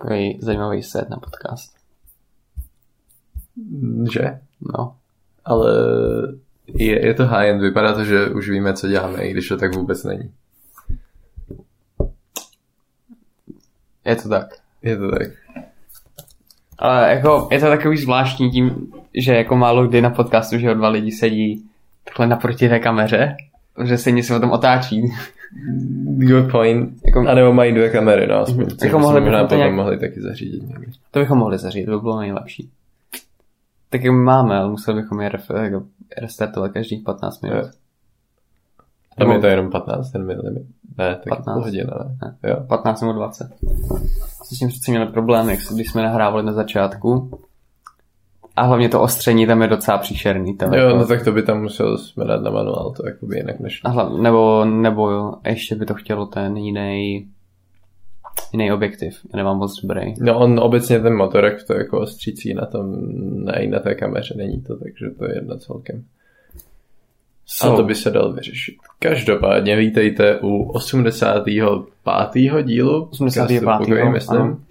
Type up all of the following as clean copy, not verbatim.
Takový zajímavý set na podcast. Že? No. Ale je to high-end. Vypadá to, že už víme, co děláme, i když to tak vůbec není. Je to tak. Je to tak. Ale jako je to takový zvláštní tím, že jako málo kdy na podcastu, že 2 lidi sedí takhle naproti té kameře, že se něco o tom otáčí. Good point. Jako, a nebo mají 2 kamery, no aspoň. Jako mohli taky zařídit někdy. To bychom mohli zařídit, to by bylo nejlepší. Tak my máme, ale museli bychom je restartovat každých 15 minut. Tam je to jenom 15, ten limit. Ne, tak 15. Hodina, ne? Jo. 15 nebo 20. S tím přece měli problém, když jsme nahrávali na začátku. A hlavně to ostření tam je docela příšerný. Tam jo, jako... no tak to by tam musel jsme dát na manuál, to jakoby jinak nešlo. Nebo jo, ještě by to chtělo ten jiný objektiv. Já nemám moc dobrý. No on obecně ten motorek to jako ostřící na tom, na té kameře není to, takže to je jedno celkem. A to by se dalo vyřešit. Každopádně vítejte u 85. dílu. 85. myslím.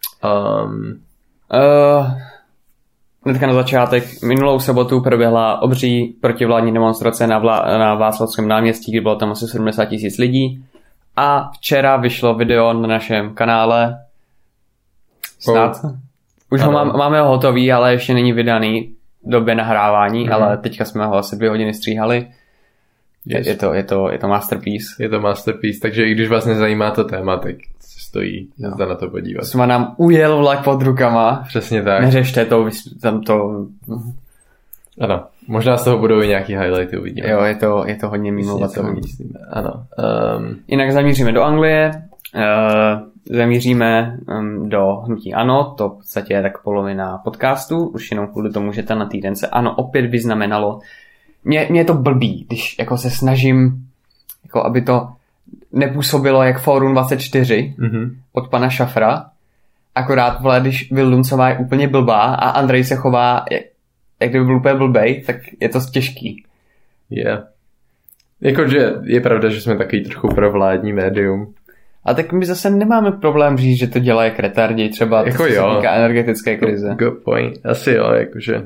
Hnedka na začátek. Minulou sobotu proběhla obří protivládní demonstrace na Václavském náměstí, kdy bylo tam asi 70 000 lidí. A včera vyšlo video na našem kanále. Snad. Už ho máme ho hotový, ale ještě není vydaný v době nahrávání, ale teďka jsme ho asi 2 hodiny stříhali. Yes. Je to masterpiece. Je to masterpiece, takže i když vás nezajímá to téma, tak stojí za na to podívat. Jsme nám ujel vlak pod rukama. Přesně tak. Neřešte to, tam to... Ano, možná z toho budou i nějaký highlighty, uvidíme. Jo, je to hodně mimovatelný. Ano. Jinak zamíříme do Anglie, zamíříme do hnutí ANO, to v podstatě je tak polovina podcastu, už jenom kvůli tomu, že ten týden se ANO opět vyznamenalo. Mně je to blbý, když jako se snažím, jako aby to nepůsobilo jak Fórum 24 od pana Šafra, akorát vole, když Vilduncová je úplně blbá a Andrej se chová jak kdyby byl úplně blbej, tak je to těžký. Yeah. Jakože je pravda, že jsme takový trochu provládní médium. A tak my zase nemáme problém říct, že to dělá jak retardi, třeba jako to se týká energetické krize. Good point. Asi jo, jakože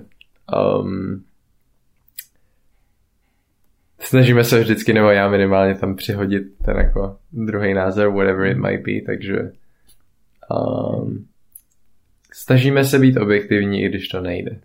snažíme se vždycky, nebo já minimálně tam přihodit ten jako druhý názor, whatever it might be, takže snažíme se být objektivní, i když to nejde.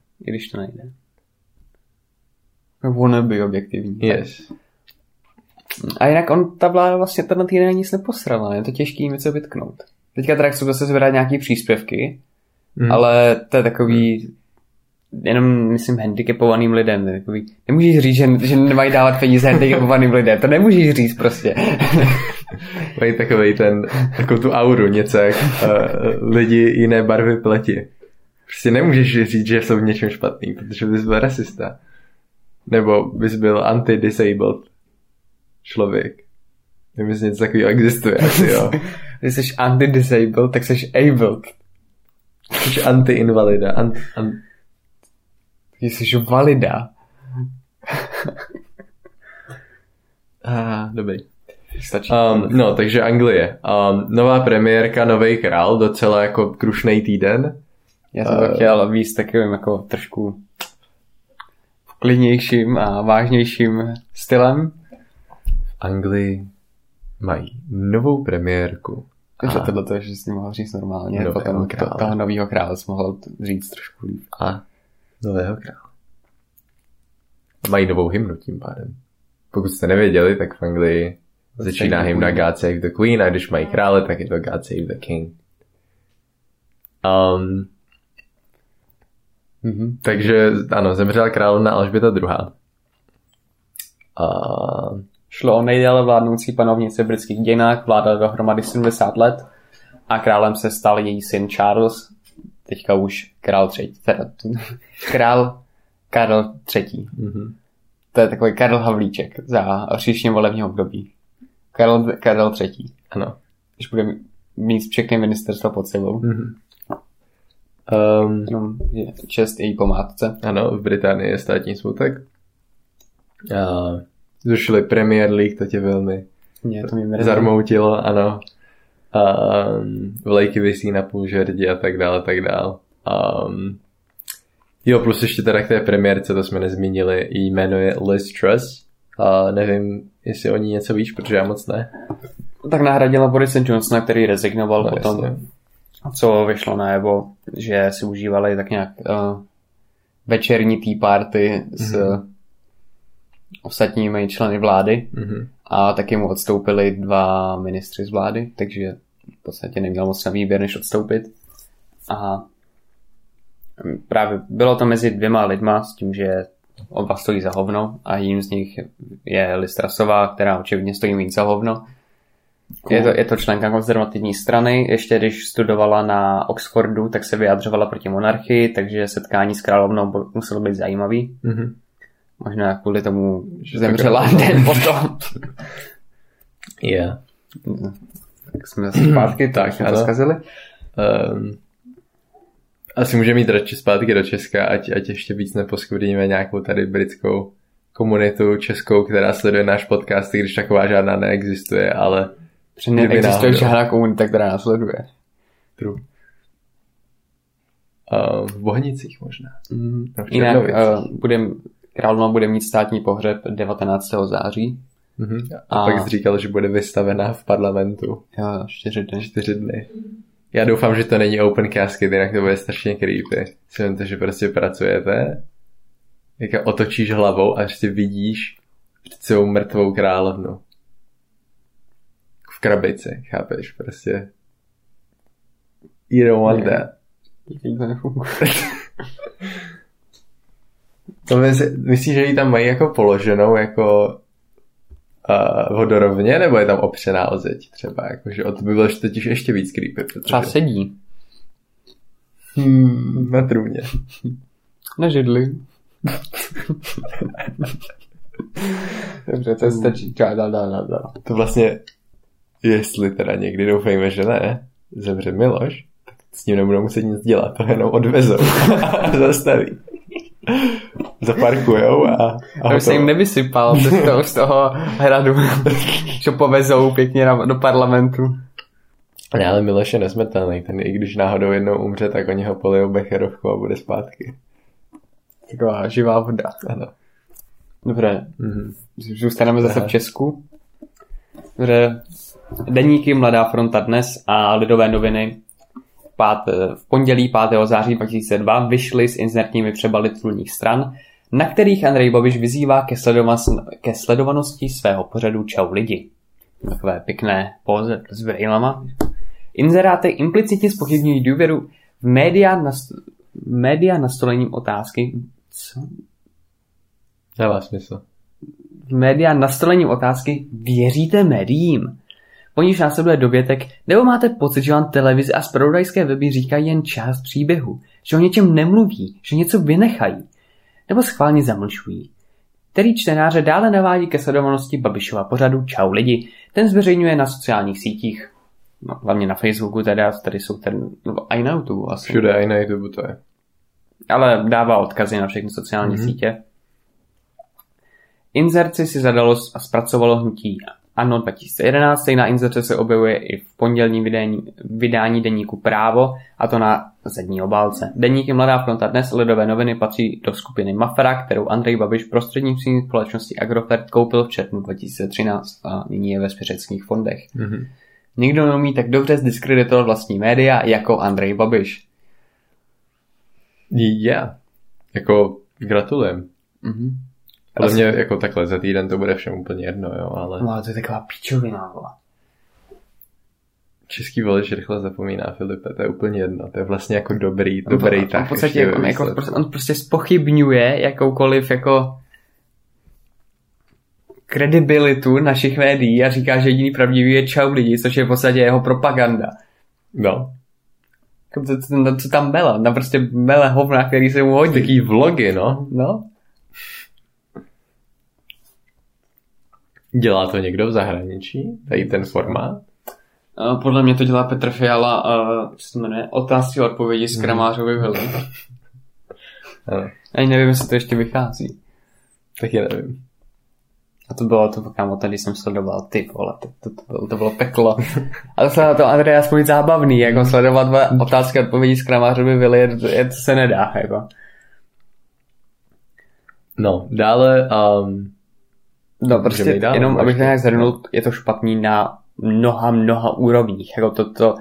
Wanna be objektivní. Yes. A jinak ta vláda vlastně tenhle týden nic neposrala, je to těžký jim něco vytknout. Teďka teda chci zase zvedat nějaký příspěvky, ale to je takový jenom, myslím, handicapovaným lidem. Takový, nemůžeš říct, že nemají dávat peníze handicapovaným lidem, to nemůžeš říct prostě. Mají takovej takovou tu auru, něco jak lidi jiné barvy pleti. Prostě nemůžeš říct, že jsou v něčem špatný, protože bys byl rasista. Nebo bys byl anti-disabled člověk. Nevím, jestli něco takového existuje. Asi, jo. Když jsi anti-disabled, tak jsi abled. Jsi anti-invalida. Když jsi valida. Dobrý. Stačí. No, takže Anglie. Nová premiérka, nový král, docela jako krušnej týden. Já jsem to chtěl víc takovým jako trošku klidnějším a vážnějším stylem. V Anglii mají novou premiérku. Takže tohle že jsi mohl říct normálně. Potom toho novýho krále jsi mohl říct trošku líp. A nového krále. Mají novou hymnu tím pádem. Pokud jste nevěděli, tak v Anglii začíná hymna God Save the Queen a když mají krále, tak je to God Save the King. Takže ano, zemřela královna Alžběta II. Šlo o nejdéle vládnoucí panovnici v britských dějinách, vládala dohromady 70 let a králem se stal její syn Charles, teďka už král Karel III. To je takový Karel Havlíček za příštím volebního období. Karel III. Ano. Když bude mít všechny ministerstva pod sebou. Čest její památce. Ano, v Británii je státní smutek. Zrušili Premier League, to tě velmi zarmoutilo, ano. Vlajky visí na půl žerdi a tak dále, tak dále. Jo, plus ještě teda k té premiérce, to jsme nezmínili, jméno je Liz Truss. Nevím, jestli o ní něco víš, protože já moc ne. Tak nahradila Borise Johnsona, který rezignoval potom, co vyšlo najevo, že si užívali tak nějak večerní tea party s ostatními členy vlády a taky mu odstoupili 2 ministři z vlády, takže v podstatě neměl moc na výběr, než odstoupit. A právě bylo to mezi 2 lidma s tím, že oba stojí za hovno a jím z nich je Liz Trussová, která očividně stojí víc za hovno. Cool. Je to členka konzervativní strany. Ještě když studovala na Oxfordu, tak se vyjadřovala proti monarchii, takže setkání s královnou muselo být zajímavý. Možná kvůli tomu zemřela den potom. Yeah. Tak jsme zase zpátky, tak jsme to zkazili. Asi můžeme jít radši zpátky do Česka, ať ještě víc neposkvrníme nějakou tady britskou komunitu českou, která sleduje náš podcast, když taková žádná neexistuje, ale neexistuje žádná komunita, která nás sleduje. True. V Bohnicích možná. Jinak královna bude mít státní pohřeb 19. září. A pak jsi říkal, že bude vystavená v parlamentu. Jo, 4 dny. 4 dny. Já doufám, že to není open casket, jinak to bude strašně creepy. Myslím to, že prostě pracujete, jak otočíš hlavou a prostě vidíš před svou mrtvou královnu. V krabici, chápeš? Prostě you don't want that. To nefunguje. Myslíš, že ji tam mají jako položenou jako vodorovně, nebo je tam opřená o zeď třeba? Jakože to by bylo totiž ještě víc creepy. Třeba sedí. Na trůně. Na židli. Dobře, to stačí. Dál. To vlastně, jestli teda někdy doufejme, že ne, zemře Miloš, tak s ním nebudou muset nic dělat, to jenom odvezou a zastaví. Zaparkujou a já už se jim nevysypal z toho hradu, čo povezou pěkně do parlamentu. Ne, ale Miloš je nesmrtelný, ten i když náhodou jednou umře, tak oni ho polijou becherovkou a bude zpátky. Taková živá voda. Ano. Dobré, zůstaneme zase v Česku. Dobře, deníky Mladá fronta Dnes a Lidové noviny v pondělí 5. září 2002 vyšly s inzertními přebaly titulních stran, na kterých Andrej Babiš vyzývá ke sledovanosti svého pořadu Čau lidi. Takové pěkné póze s brýlema. Inzeráty implicitně zpochybňují důvěru v média nastolením otázky. Co? Dává smysl. V média nastolením otázky věříte médiím? Po níž následuje dovětek, nebo máte pocit, že vám televize a zpravodajské weby říkají jen část příběhu, že o něčem nemluví, že něco vynechají, nebo schválně zamlčují. Který čtenáře dále navádí ke sledovanosti Babišova pořadu Čau lidi. Ten zveřejňuje na sociálních sítích, no, hlavně na Facebooku, tady jsou a i na YouTube asi. Všude, i na YouTube to je. Ale dává odkazy na všechny sociální sítě. Inzerci si zadalo a zpracovalo hnutí ANO 2011, stejná inzerce se objevuje i v pondělním vydání deníku Právo, a to na zadní obálce. Deníky Mladá fronta Dnes, Lidové noviny patří do skupiny Mafra, kterou Andrej Babiš prostřednictvím společnosti Agrofert koupil v červnu 2013 a nyní je ve svěřeckých fondech. Nikdo neumí tak dobře zdiskreditovat vlastní média jako Andrej Babiš. Yeah. Jako gratulujem. Ale mě jako takhle za týden to bude všem úplně jedno, jo, ale... No, to je taková píčovina, vole. Český volič rychle zapomíná, Filipe, to je úplně jedno, to je vlastně jako dobrý tak. V podstatě on prostě zpochybňuje jakoukoliv jako kredibilitu našich médií a říká, že jediný pravdivý je Čau lidi, což je v podstatě jeho propaganda. No. Co tam mele? Tam prostě mele hovna, který se mu hodí. Taký vlogy, no. No. Dělá to někdo v zahraničí? Tady ten formát? Podle mě to dělá Petr Fiala, co se jmenuje, Otázky a odpovědi z Kramářovy vily. Ani nevím, jestli to ještě vychází. Taky nevím. A to bylo to, kámo, tady jsem sledoval, ty vole, to bylo peklo. A to Andrea aspoň zábavný, jako sledovat otázky a odpovědi z Kramářovi Vily, to se nedá, jako. No, dále... No, prostě dál, jenom, abych to nějak zhrnul, je to špatný na mnoha úrovních, jako to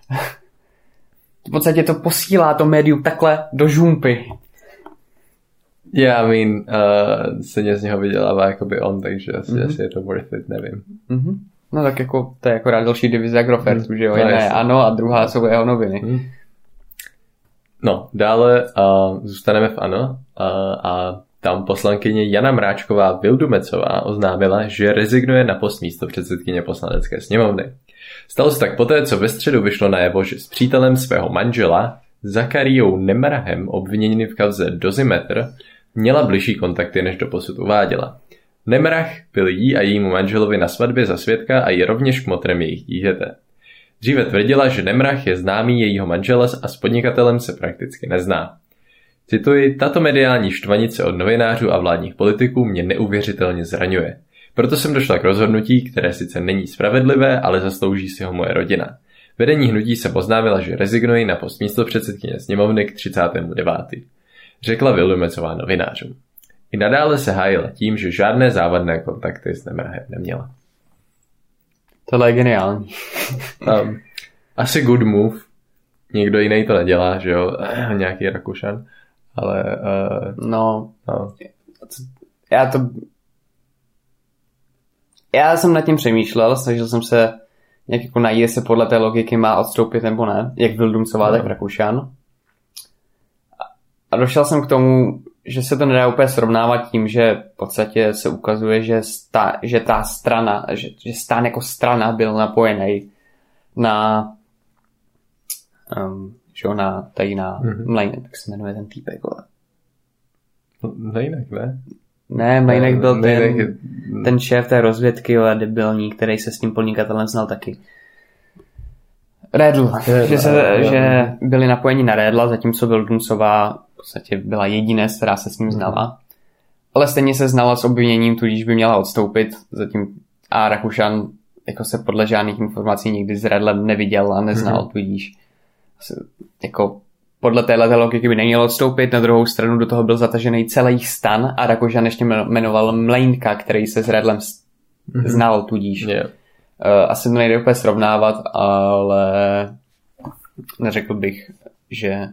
v podstatě to posílá to médium takhle do žumpy. Yeah, I mean, se z něho vydělává jakoby on, takže asi je to worth it, nevím. Mm-hmm. No tak jako, to je jako rád další divize Agrofertu, že jo, jedna je ANO a druhá jsou jeho noviny. No, dále zůstaneme v ANO a tam poslankyně Jana Mráčková Vildumecová oznámila, že rezignuje na post místopředsedkyně Poslanecké sněmovny. Stalo se tak poté, co ve středu vyšlo najevo, že s přítelem svého manžela Zachariou Nemrahem, obviněný v kauze Dozimetr, měla bližší kontakty, než doposud uváděla. Nemrach byl jí a jejímu manželovi na svatbě za svědka a je rovněž kmotrem jejich dítěte. Dříve tvrdila, že Nemrach je známý jejího manžela a s podnikatelem se prakticky nezná. Cituji, tato mediální štvanice od novinářů a vládních politiků mě neuvěřitelně zraňuje. Proto jsem došla k rozhodnutí, které sice není spravedlivé, ale zaslouží si ho moje rodina. Vedení hnutí se oznámila, že rezignují na post místopředsedkyně sněmovny k 39. Řekla Vildumecová novinářům. I nadále se hájila tím, že žádné závadné kontakty s Nemrahem neměla. Tohle je geniální. Asi good move. Nikdo jiný to nedělá, že jo? Nějaký Rakušan. Ale... No. Já jsem nad tím přemýšlel, snažil jsem se nějak jako najít, jestli podle té logiky má odstoupit nebo ne, jak Vildumcová, tak Rakušan. A došel jsem k tomu, že se to nedá úplně srovnávat tím, že v podstatě se ukazuje, že ta strana, že STAN jako strana byl napojený na Mlejnek, tak se jmenuje ten týpek. Mlejnek, ne? Ne, Mlejnek byl ten šéf té rozvědky, debilní, který se s tím podnikatelem znal taky. Redl, že byli napojeni na Redla, zatímco Vildumcová v podstatě byla jediná, která se s ním znala. Ale stejně se znala s obviněním, tudíž by měla odstoupit. A Rakušan jako se podle žádných informací nikdy s Redlem neviděl a neznal, tudíž jako podle téhle logiky by neměl odstoupit. Na druhou stranu do toho byl zatažený celý STAN a Rakušan ještě jmenoval Mlejnka, který se s Redlem znal, tudíž. Yeah. Asi to nejde úplně srovnávat, ale neřekl bych, že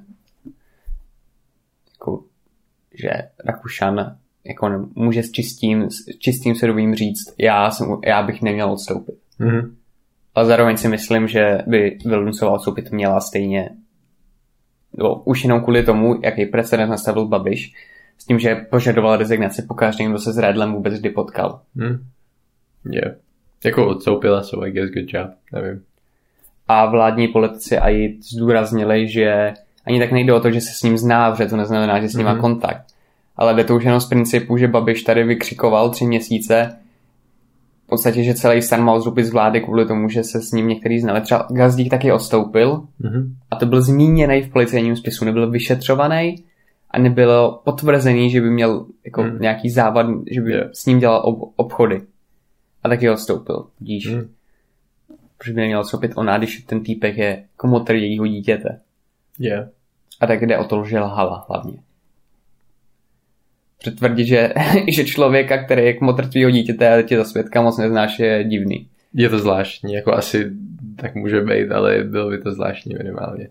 Rakušan jako může s čistým svědomím říct, já bych neměl odstoupit. Ale zároveň si myslím, že by Vildumcová odstoupit měla stejně, už jenom kvůli tomu, jaký precedent nastavil Babiš, s tím, že požadoval rezignaci po každém, kdo se s Redlem vůbec kdy potkal. Yeah. Jako odstoupila, so I guess good job, nevím. A vládní politici i zdůraznili, že ani tak nejde o to, že se s ním zná, protože to neznamená, že s ním má kontakt. Ale jde to už jenom z principu, že Babiš tady vykřikoval 3 měsíce v podstatě, že celý STAN mal odstoupit z vlády kvůli tomu, že se s ním některý znali. Třeba Gazdík taky odstoupil a to byl zmíněný v policejním spisu, nebyl vyšetřovaný a nebylo potvrzený, že by měl jako nějaký závad, že by s ním dělal obchody. A taky odstoupil, vidíš. Protože by neměl odstoupit ona, když ten týpek je komotr jejího dítěte. Yeah. A tak jde o to, že lhala hlavně. Přetvrdit, že člověka, který je komotr tvýho dítěte a tě za svědka moc neznáš, je divný. Je to zvláštní, jako asi tak může být, ale bylo by to zvláštní minimálně.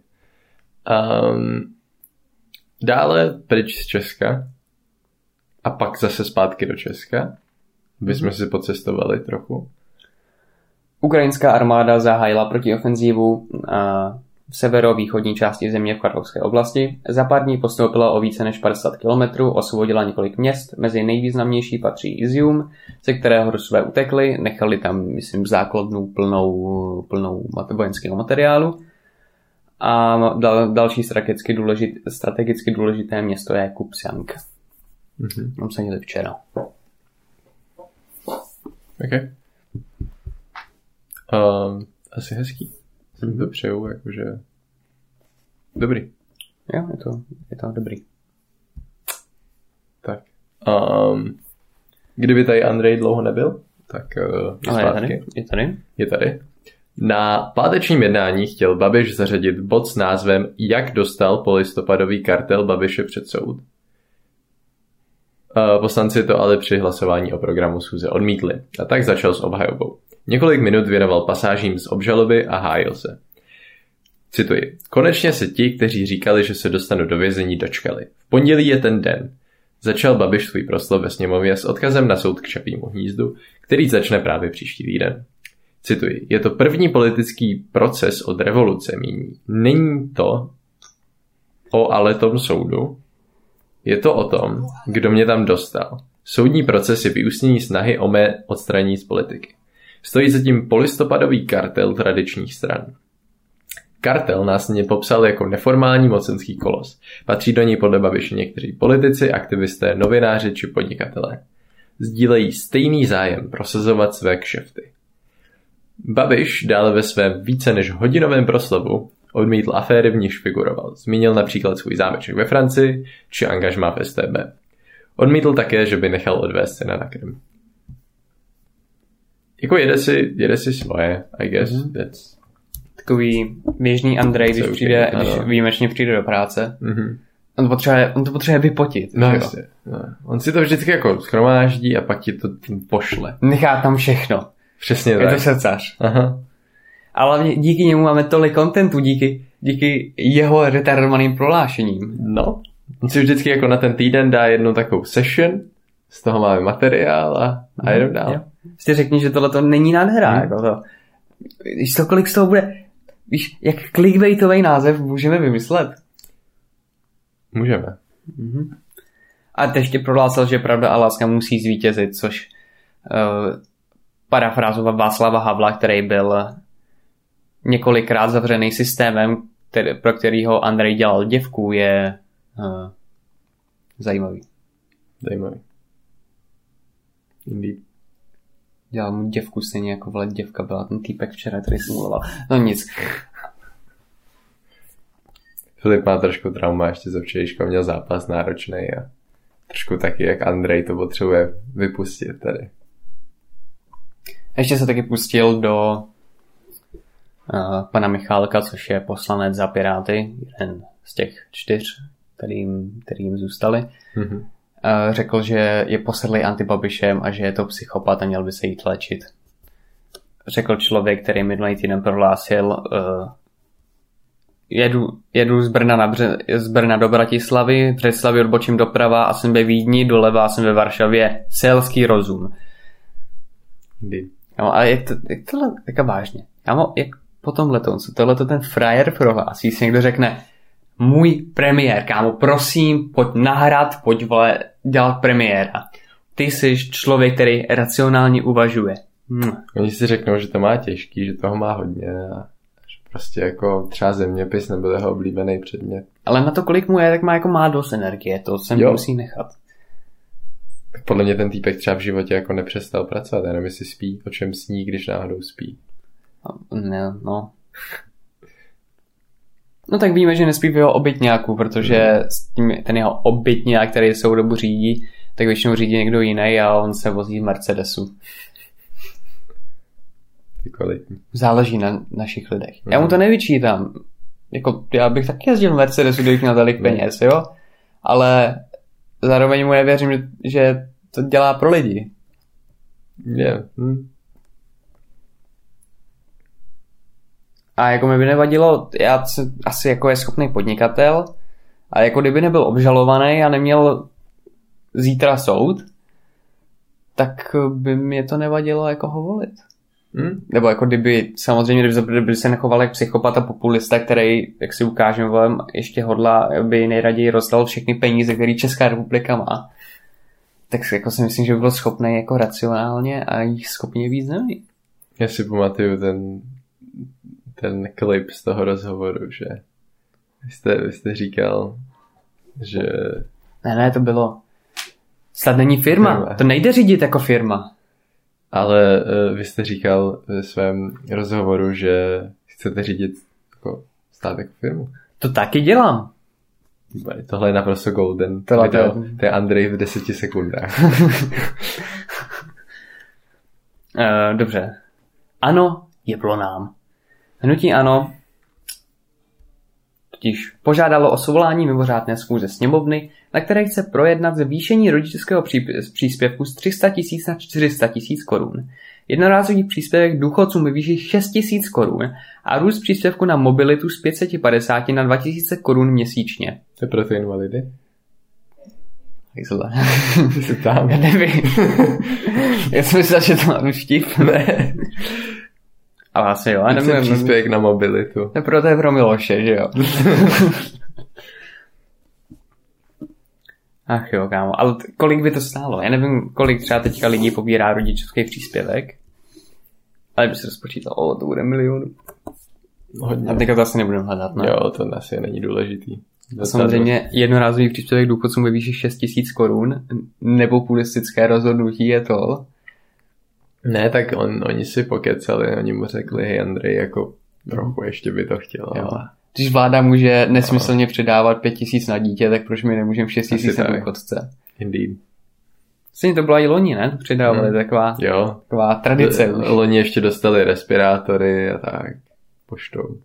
Dále pryč z Česka a pak zase zpátky do Česka. By jsme si pocestovali trochu. Ukrajinská armáda zahájila protiofenzívu v severovýchodní části země v Karlovské oblasti. Za pár dní postoupila o více než 50 kilometrů, osvobodila několik měst, mezi nejvýznamnější patří Izium, ze kterého Rusové utekli, nechali tam, myslím, základnu plnou vojenského materiálu. A další strategicky důležité město je Kupčanka. Tam se měli včera. Okay. Asi hezký. To přeju, jakože dobrý. Jo, je to dobrý. Tak. Kdyby tady Andrej dlouho nebyl, tak je tady. Na pátečním jednání chtěl Babiš zařadit bod s názvem Jak dostal polistopadový kartel Babiše před soud. Poslanci to ale při hlasování o programu schůze odmítli a tak začal s obhajobou. Několik minut věnoval pasážím z obžaloby a hájil se. Cituji. Konečně se ti, kteří říkali, že se dostanou do vězení, dočkali. V pondělí je ten den. Začal Babiš svůj proslov ve sněmovně s odkazem na soud k Čapímu hnízdu, který začne právě příští týden. Cituji. Je to první politický proces od revoluce, míní. Není to o ale tom soudu. Je to o tom, kdo mě tam dostal. Soudní proces je vyústění snahy o mé odstranění z politiky. Stojí zatím polistopadový kartel tradičních stran. Kartel následně popsal jako neformální mocenský kolos. Patří do něj podle Babiše někteří politici, aktivisté, novináři či podnikatelé. Sdílejí stejný zájem prosazovat své kšefty. Babiš dále ve svém více než hodinovém proslovu odmítl aféry, v nichž figuroval. Zmínil například svůj zámeček ve Francii či angažmá v StB. Odmítl také, že by nechal odvést syna na Krym. Jako jede si svoje, I guess. That's... Takový běžný Andrej, když výjimečně přijde do práce. On to potřebuje vypotit. No, jasně. No. On si to vždycky jako shromáždí a pak ti to tím pošle. Nechá tam všechno. Přesně tak. Je to srdcař. Aha. Ale díky němu máme tolik kontentu, díky jeho retardovaným prohlášením. No. On si vždycky jako na ten týden dá jednu takovou session, z toho máme materiál a jedeme dál. Jste řekni, že tohle to není nádhera. Jako to. Víš to, kolik z toho bude... Víš, jak clickbaitový název můžeme vymyslet? Můžeme. A teď ještě prohlásil, že pravda a láska musí zvítězit, což parafrázovat Václava Havla, který byl několikrát zavřený systémem, pro kterýho Andrej dělal děvku, je zajímavý. Indeed. Dělal mu děvku stejně jako vlet děvka byla ten týpek včera, který simuloval. No nic. Filip má trošku trauma, ještě ze včerejška měl zápas náročný a trošku taky jak Andrej to potřebuje vypustit tady. Ještě se taky pustil do pana Michálka, což je poslanec za Piráty, jeden z těch 4, kterým zůstali. Řekl, že je posedlý antibabišem a že je to psychopat a měl by se jít léčit. Řekl člověk, který minulý týden prohlásil jedu z Brna do Bratislavy, Břeclavi odbočím doprava a jsem ve Vídni, doleva a jsem ve Varšavě. Selský rozum. A je tohle taká vážně. Jak po tomhletom, co tohleto ten frajer prohlásí, si někdo řekne můj premiér, kámo, prosím, pojď nahrát, pojď dělat premiéra. Ty jsi člověk, který racionálně uvažuje. Oni si řeknou, že to má těžký, že toho má hodně a že prostě jako třeba zeměpis nebo jeho oblíbený předmět. Ale na to, kolik mu je, tak má dost energie, to se musí nechat. Tak podle mě ten týpek třeba v životě jako nepřestal pracovat, jenom jestli spí, o čem sní, když náhodou spí. No. No tak víme, že nespí v jeho obytňáku, protože ten jeho obytňák, který svou dobu řídí, tak většinou řídí někdo jiný a on se vozí v Mercedesu. Záleží na našich lidech. Já mu to nevyčítám. Jako, já bych taky jezdil v Mercedesu, kdybych měl tolik peněz, jo? Ale zároveň mu nevěřím, že to dělá pro lidi. A jako mi by nevadilo, já asi jako je schopný podnikatel, a jako kdyby nebyl obžalovaný a neměl zítra soud, tak by mě to nevadilo jako ho volit. Nebo jako kdyby se nechoval jak psychopat a populista, který, jak si ukážeme, ještě hodlá, by nejraději rozdal všechny peníze, které Česká republika má. Tak jako si myslím, že by byl schopný jako racionálně a jich schopně víc neví. Já si pamatuju ten klip z toho rozhovoru, že vy jste říkal, že... Ne, to bylo... Snad není firma. To nejde řídit jako firma. Ale vy jste říkal ve svém rozhovoru, že chcete řídit jako stát jako firmu. To taky dělám. Tohle je naprosto golden. To je Andrej v 10 sekundách. Dobře. Ano, jeblo nám. Hnutí ANO totiž požádalo o svolání mimořádné schůze sněmovny, na které chce projednat zvýšení rodičovského příspěvku z 300 000 na 400 000 korun. Jednorázový příspěvek důchodcům ve výši 6 000 korun a růst příspěvku na mobilitu z 550 na 2000 korun měsíčně. To je pro ty invalidy? Zle. Jsi tam? Já nevím. Já jsem myslel, že to mám vtip. Ne. Ale asi jo. Já nevím. Příspěvek na mobilitu. To je pro Miloše, že jo. Ach jo, kámo. Ale kolik by to stálo? Já nevím, kolik třeba teďka lidí pobírá rodičovský příspěvek. Ale by se rozpočítalo, to bude 1 milion. Hodně. A teďka to asi nebudeme hledat, ne? Jo, to asi není důležitý. Samozřejmě jednorázový příspěvek důchodcům ve výši 6 000 korun. Nepopulistické rozhodnutí je to. Ne, tak oni si pokecali, oni mu řekli, hej Andrej, jako trochu ještě by to chtělo. Jo. Když vláda může nesmyslně přidávat 5 000 na dítě, tak proč my nemůžeme 6 000 na důchodce? Indeed. Vlastně to byla i loni, ne? To přidávali, taková tradice. Loni ještě dostali respirátory a tak poštou.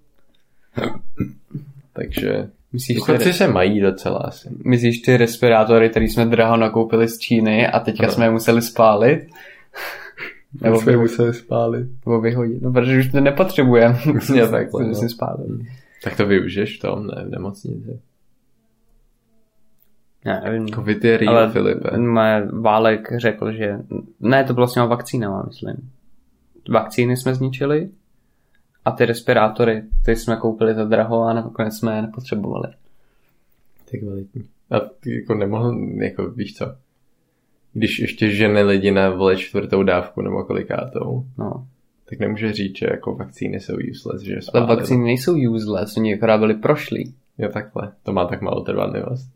Takže důchodci se mají docela asi. Myslíš ty respirátory, který jsme draho nakoupili z Číny a teďka jsme je museli spálit? Nebo jsme je museli spálit. Nebo vyhodit. No, protože už to nepotřebujeme. Musím spálit. Tak to využiješ v tom, ne v nemocnici. Já nevím. Covid je real, Filipe. Válek řekl, že... Ne, to bylo s těma vakcínama, myslím. Vakcíny jsme zničili a ty respirátory, ty jsme koupili za draho a nakonec jsme je nepotřebovali. Tak kvalitní. A ty jako nemohl, jako víš co, když ještě žene lidi na vole 4. dávku nebo kolikátou, no, tak nemůže říct, že jako vakcíny jsou useless, že ale vakcíny nejsou useless, oni akorát byli prošlí. Jo, takhle. To má tak malou trvanlivost.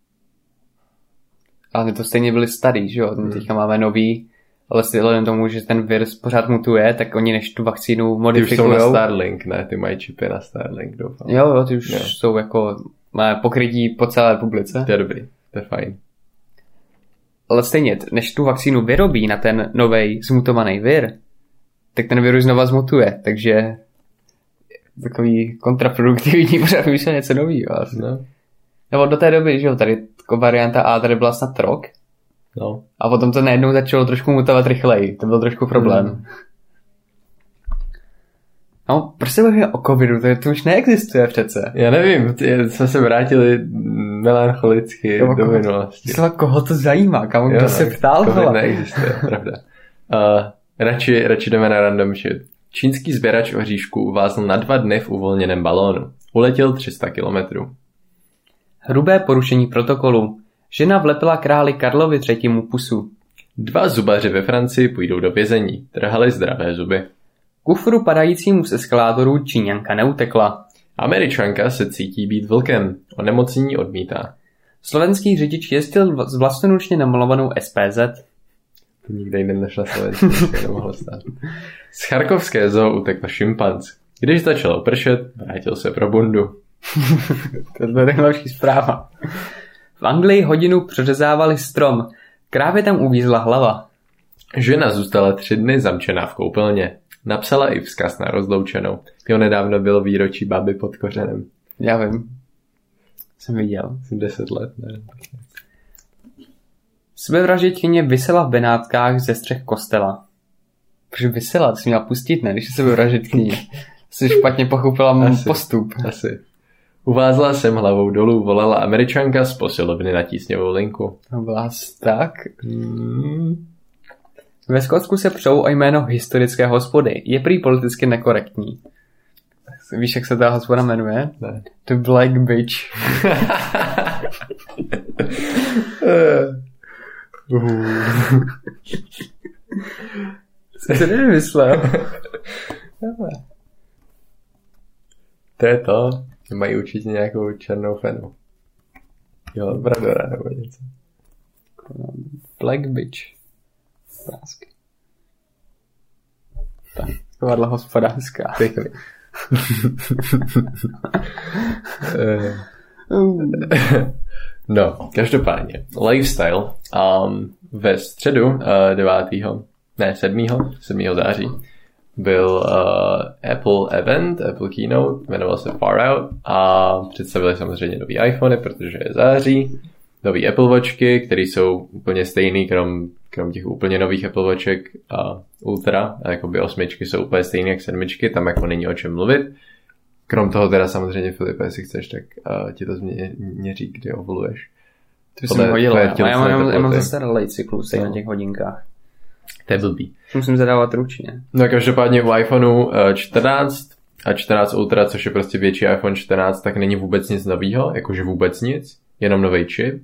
Ale to stejně byli starý, že jo? Teďka máme nový, ale vzhledem tomu, že ten virus pořád mutuje, tak oni než tu vakcínu modifikujou. Ty už jsou na Starlink, ne? Ty mají čipy na Starlink, doufám. Jo, ty už jsou jako pokrytí po celé republice. To je dobrý, to je fajn. Ale stejně, než tu vakcínu vyrobí na ten novej zmutovaný vir, tak ten virus znova zmutuje, takže takový kontraproduktivní pořád vyšlo něco nový vlastně. No. Nebo do té doby, že jo, tady varianta A tady byla snad rok. No. A potom to najednou začalo trošku mutovat rychleji. To byl trošku problém. No, proč se bavíme o covidu? To už neexistuje přece. Já nevím, jsme se vrátili melancholicky do minulosti. Koho to zajímá? Kdo se ptal? Covid neexistuje, pravda. Radši jdeme na random shit. Čínský sběrač oříšků uvázl na 2 dny v uvolněném balónu. Uletěl 300 kilometrů. Hrubé porušení protokolu. Žena vlepila králi Karlovi III. Pusu. 2 zubaři ve Francii půjdou do vězení. Trhali zdravé zuby. Kufru padajícímu z eskalátoru Číňanka neutekla. Američanka se cítí být vlkem. Onemocnění odmítá. Slovenský řidič jezdil s vlastnoručně namalovanou SPZ. To nikde jinde než na Slovensku nemohlo stát. Z charkovské zoo utekl šimpanz. Když začalo pršet, vrátil se pro bundu. To je další zpráva. V Anglii hodinu přeřezávali strom. Krávě tam uvízla hlava. Žena zůstala 3 dny zamčená v koupelně. Napsala i vzkaz na rozloučenou. Jo, nedávno bylo výročí baby pod kořenem. Já vím. Jsem viděl. Jsem 10 let, ne? Sebevražedkyně visela v Benátkách ze střech kostela. Protože visela, to jsi měla pustit, ne? Když je sebevražedkyně. Jsi špatně pochopila postup. Asi. Uvázla jsem hlavou dolů, volala Američanka z posilovny na tísňovou linku. To byla tak? Ve Skotsku se přou o jméno historické hospody. Je prý politicky nekorektní. Víš, jak se ta hospoda jmenuje? Ne. The Black Bitch. Co jsi nevymyslel? To je to. Mají určitě nějakou černou fenu. Jo, labradora nebo něco. Black Bitch. Prásky. Tak, takováhle hospodářská. Pěkný. No, každopádně. Lifestyle. Ve středu 9. 7. září byl Apple event, Apple keynote, jmenoval se Far Out a představili samozřejmě nový iPhony, protože je září, nový Apple Watchky, které jsou úplně stejný, krom těch úplně nových Apple Watchek a Ultra, a jakoby 8 jsou úplně stejný jak 7, tam jako není o čem mluvit. Krom toho teda samozřejmě, Filipe, jestli chceš, tak ti to změří, kdy ovuluješ. To jsem hodil, já mám zase relej cyklus na těch hodinkách. To je blbý. Musím zadávat ručně. No každopádně u iPhoneu 14 a 14 Ultra, což je prostě větší iPhone 14, tak není vůbec nic novýho, jakože vůbec nic, jenom nový čip.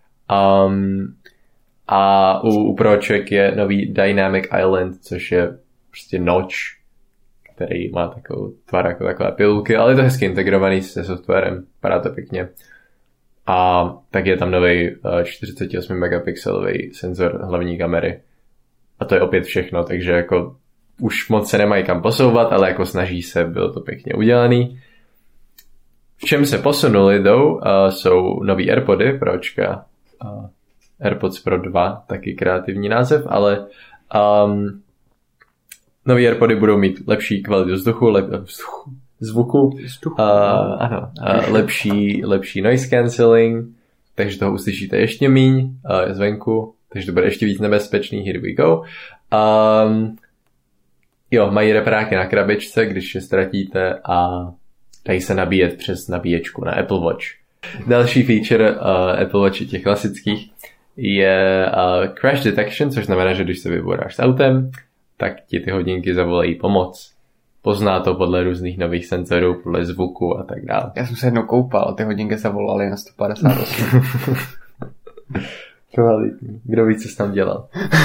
A u Proček je nový Dynamic Island, což je prostě notch, který má takovou tvar jako takové pilulky, ale je to hezky integrovaný se softwarem, vypadá to pěkně. A tak je tam nový 48 megapixelový senzor hlavní kamery. A to je opět všechno, takže jako už moc se nemají kam posouvat, ale jako snaží se, bylo to pěkně udělaný. V čem se posunuli jsou nový AirPody Pročka. AirPods Pro 2, taky kreativní název, ale nový AirPody budou mít lepší kvalitu zvuku, lepší noise cancelling, takže toho uslyšíte ještě míň zvenku, takže to bude ještě víc nebezpečný, here we go. Mají repráky na krabičce, když je ztratíte a dají se nabíjet přes nabíječku na Apple Watch. Další feature Apple Watch těch klasických je crash detection, což znamená, že když se vyboráš s autem, tak ti ty hodinky zavolají pomoc. Pozná to podle různých nových senzorů, podle zvuku a tak dále. Já jsem se jednou koupal a ty hodinky zavolaly na 158. Kdo ví, co jsi tam dělal.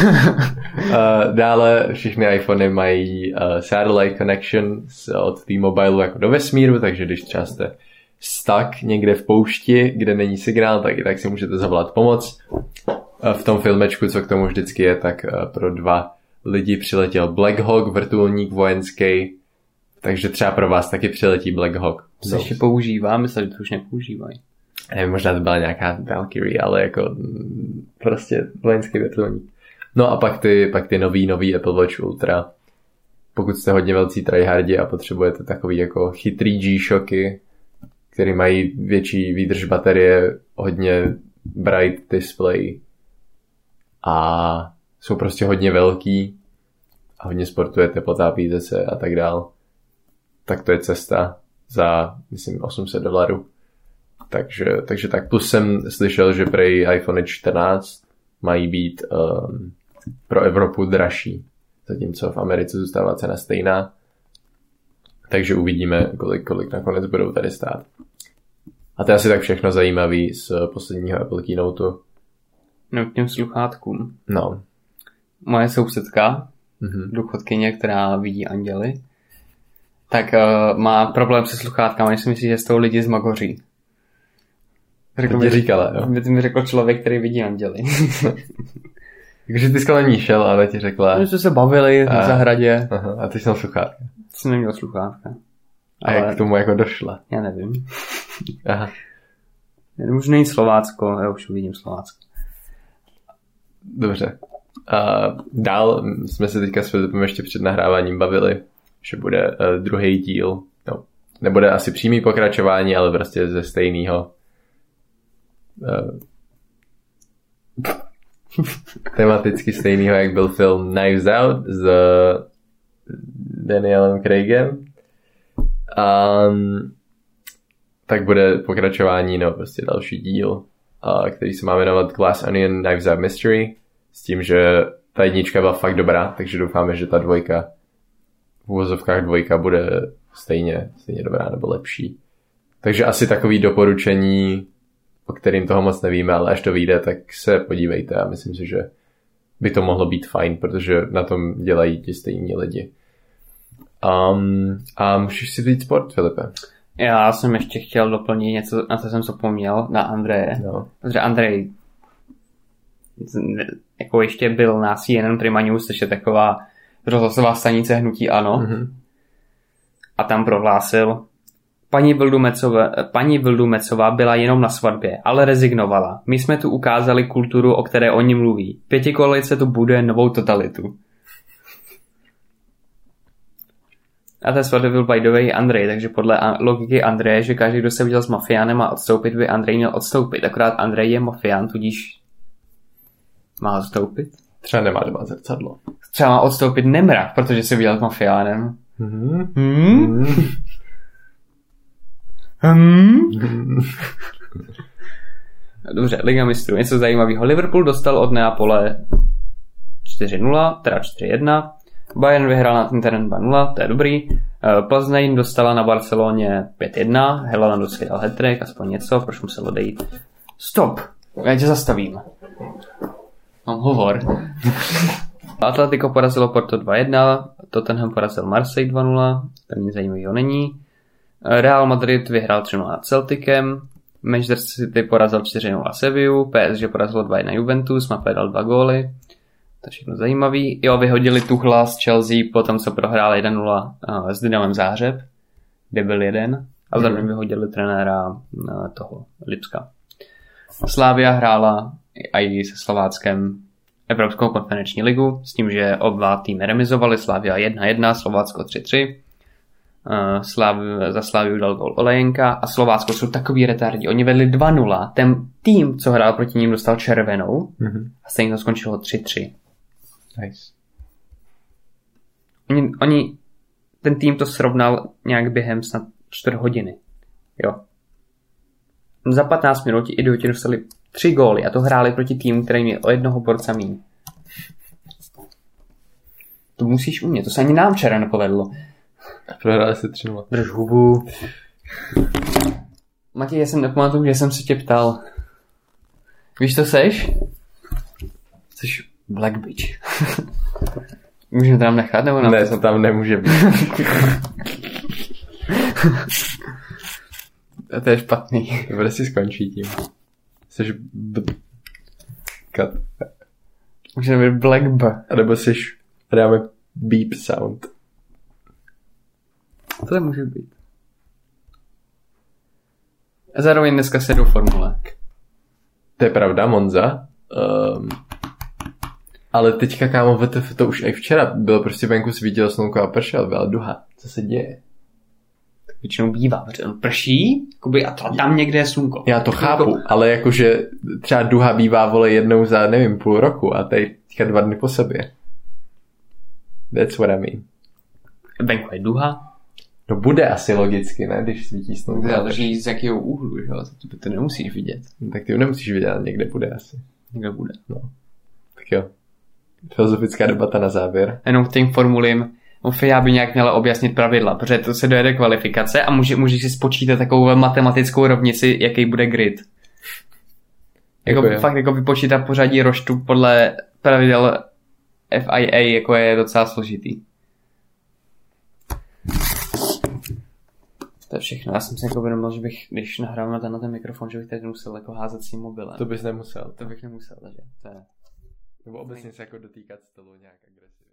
Dále všechny iPhony mají satellite connection od T-Mobile jako do vesmíru, takže když třeba jste stuck někde v poušti, kde není signál, tak i tak si můžete zavolat pomoc. V tom filmečku, co k tomu vždycky je, tak pro 2 lidi přiletěl Black Hawk, vrtulník vojenský, takže třeba pro vás taky přiletí Black Hawk. To se ještě používá, myslím, že to už nepoužívají. Nevím, možná to byla nějaká Valkyrie, ale jako prostě vojenský vrtulník. No a pak ty nový Apple Watch Ultra. Pokud jste hodně velcí tryhardi a potřebujete takový jako chytrý G-Shocky, který mají větší výdrž baterie, hodně bright display a jsou prostě hodně velký a hodně sportujete, potápíte se a tak dál, tak to je cesta za, myslím, $800. Takže tak. Plus jsem slyšel, že prej iPhone 14 mají být pro Evropu dražší, zatímco v Americe zůstává cena stejná. Takže uvidíme, kolik nakonec budou tady stát. A to je asi tak všechno zajímavý z posledního Apple Keynoteu. No k těm sluchátkům. No. Moje sousedka, důchodkyně, která vidí anděly, tak má problém se sluchátkami, než si myslí, že z toho lidi zmagoří. To ti říkala, jo? To mi řekl člověk, který vidí anděly. Takže ty jsi kolem ní šel, ale ti řekla... My jsme se bavili v zahradě. Aha, a ty jsi měl sluchátka. Jsem neměl sluchátka. A jak k tomu jako došla? Já nevím. Aha. Už není Slovácko, já už uvidím Slovácko. Dobře. Dál jsme se teďka s Filipem ještě před nahráváním bavili, že bude druhý díl. No, nebude asi přímý pokračování, ale prostě ze stejného tematicky stejného, jak byl film Knives Out s Danielem Craigem. Tak bude pokračování, no prostě další díl, který se má jmenovat Glass Onion Knives Out Mystery, s tím, že ta jednička byla fakt dobrá, takže doufáme, že ta dvojka v uvozovkách dvojka bude stejně dobrá nebo lepší. Takže asi takový doporučení, o kterým toho moc nevíme, ale až to vyjde, tak se podívejte a myslím si, že by to mohlo být fajn, protože na tom dělají ti stejní lidi. A můžeš si vzít sport, Filipe? Já jsem ještě chtěl doplnit něco, na co jsem zapomněl, na Andreje. No. Protože Andrej jako ještě byl na CNN Prima News, což je taková rozhlasová stanice hnutí ANO. Mm-hmm. A tam prohlásil: Paní Vildumecová byla jenom na svatbě, ale rezignovala. My jsme tu ukázali kulturu, o které oni mluví. Pětikoalice tu buduje novou totalitu. A té svatbě byl by the way Andrej, takže podle logiky Andreje, že každý, kdo se viděl s mafiánem, má odstoupit, by Andrej měl odstoupit. Akorát Andrej je mafián, tudíž má odstoupit. Třeba nemá doma zrcadlo. Třeba má odstoupit Nemrak, protože se viděl s mafiánem. Dobře, Liga mistrů. Něco zajímavého. Liverpool dostal od Neapole 4-0, teda 4-1. Bayern vyhrál na Internet 2-0, to je dobrý. Plzeň dostala na Barceloně 5-1. Helaland si dal hat-trick, aspoň něco, proč musel odejít. Stop! Já tě zastavím. Mám hovor. Atletico porazilo Porto 2-1, Tottenham porazil Marseille 2-0, to nic zajímavého není. Real Madrid vyhrál 3-0 nad Celticem, Manchester City porazil 4-0 Sevillu, PSG porazilo 2-1 Juventus, Mbappé dal 2 góly. To je všechno zajímavý. Jo, vyhodili Tuchla z Chelsea po tom, co prohrál 1-0 s Dynamem Záhřeb, kde byl jeden. A zároveň vyhodili trenéra toho Lipska. Slavia hrála i se Slováckem Evropskou konferenční ligu, s tím, že oba týmy remizovali. Slavia 1-1, Slovácko 3-3. Za Slaviu dal gól Olejenka a Slovácko jsou takový retardi. Oni vedli 2-0. Ten tým, co hrál proti ním, dostal červenou a stejně to skončilo 3-3. Nice. Ten tým to srovnal nějak během snad 4 hodiny. Jo. Za 15 minut ti idioti dostali 3 góly a to hráli proti týmu, který je o jednoho borca míň. To musíš umět, to se ani nám včera nepovedlo. Prohráli se 3-0. Drž hubu. Matěj, já jsem nepamatuju, že jsem se tě ptal. Víš, to seš? Jseš Black Bitch. Můžeme tam nechat, nebo ne? To tam nemůže být. To je špatný. Bude si skončí tím. Jseš kat. Můžeme být Black B. A nebo jseš dáme beep sound. To může být. A zároveň dneska se jdou formule. To je pravda, Monza. Ale teďka, kámo, to už i včera bylo prostě venku svítilo slunko a pršel, byla duha. Co se děje? Tak většinou bývá, protože on prší, a tam někde je slunko. Já to chápu, ale jakože třeba duha bývá, vole, jednou za, nevím, půl roku a tady teďka 2 dny po sobě. That's what I mean. Venku je duha. No bude asi logicky, ne, když svítí slunko. Záleží z jakého úhlu, že jo, to nemusíš vidět. Tak ty ho nemusíš vidět, ale někde bude asi. Někde bude. No. Tak jo. Filozofická debata na závěr. Jenom k těm formulím. FIA by nějak měla objasnit pravidla, protože to se dojede kvalifikace a můžeš si spočítat takovou matematickou rovnici, jaký bude grid. Fakt vypočítat pořadí roštu podle pravidel FIA jako je docela složitý. To je všechno. Já jsem si uvědomil, že bych, když nahrávám na ten mikrofon, že bych tady musel házet s tím mobilem. To bys nemusel. To bych nemusel, takže to je... Nebo obecně se dotýkat stolu nějak agresivně.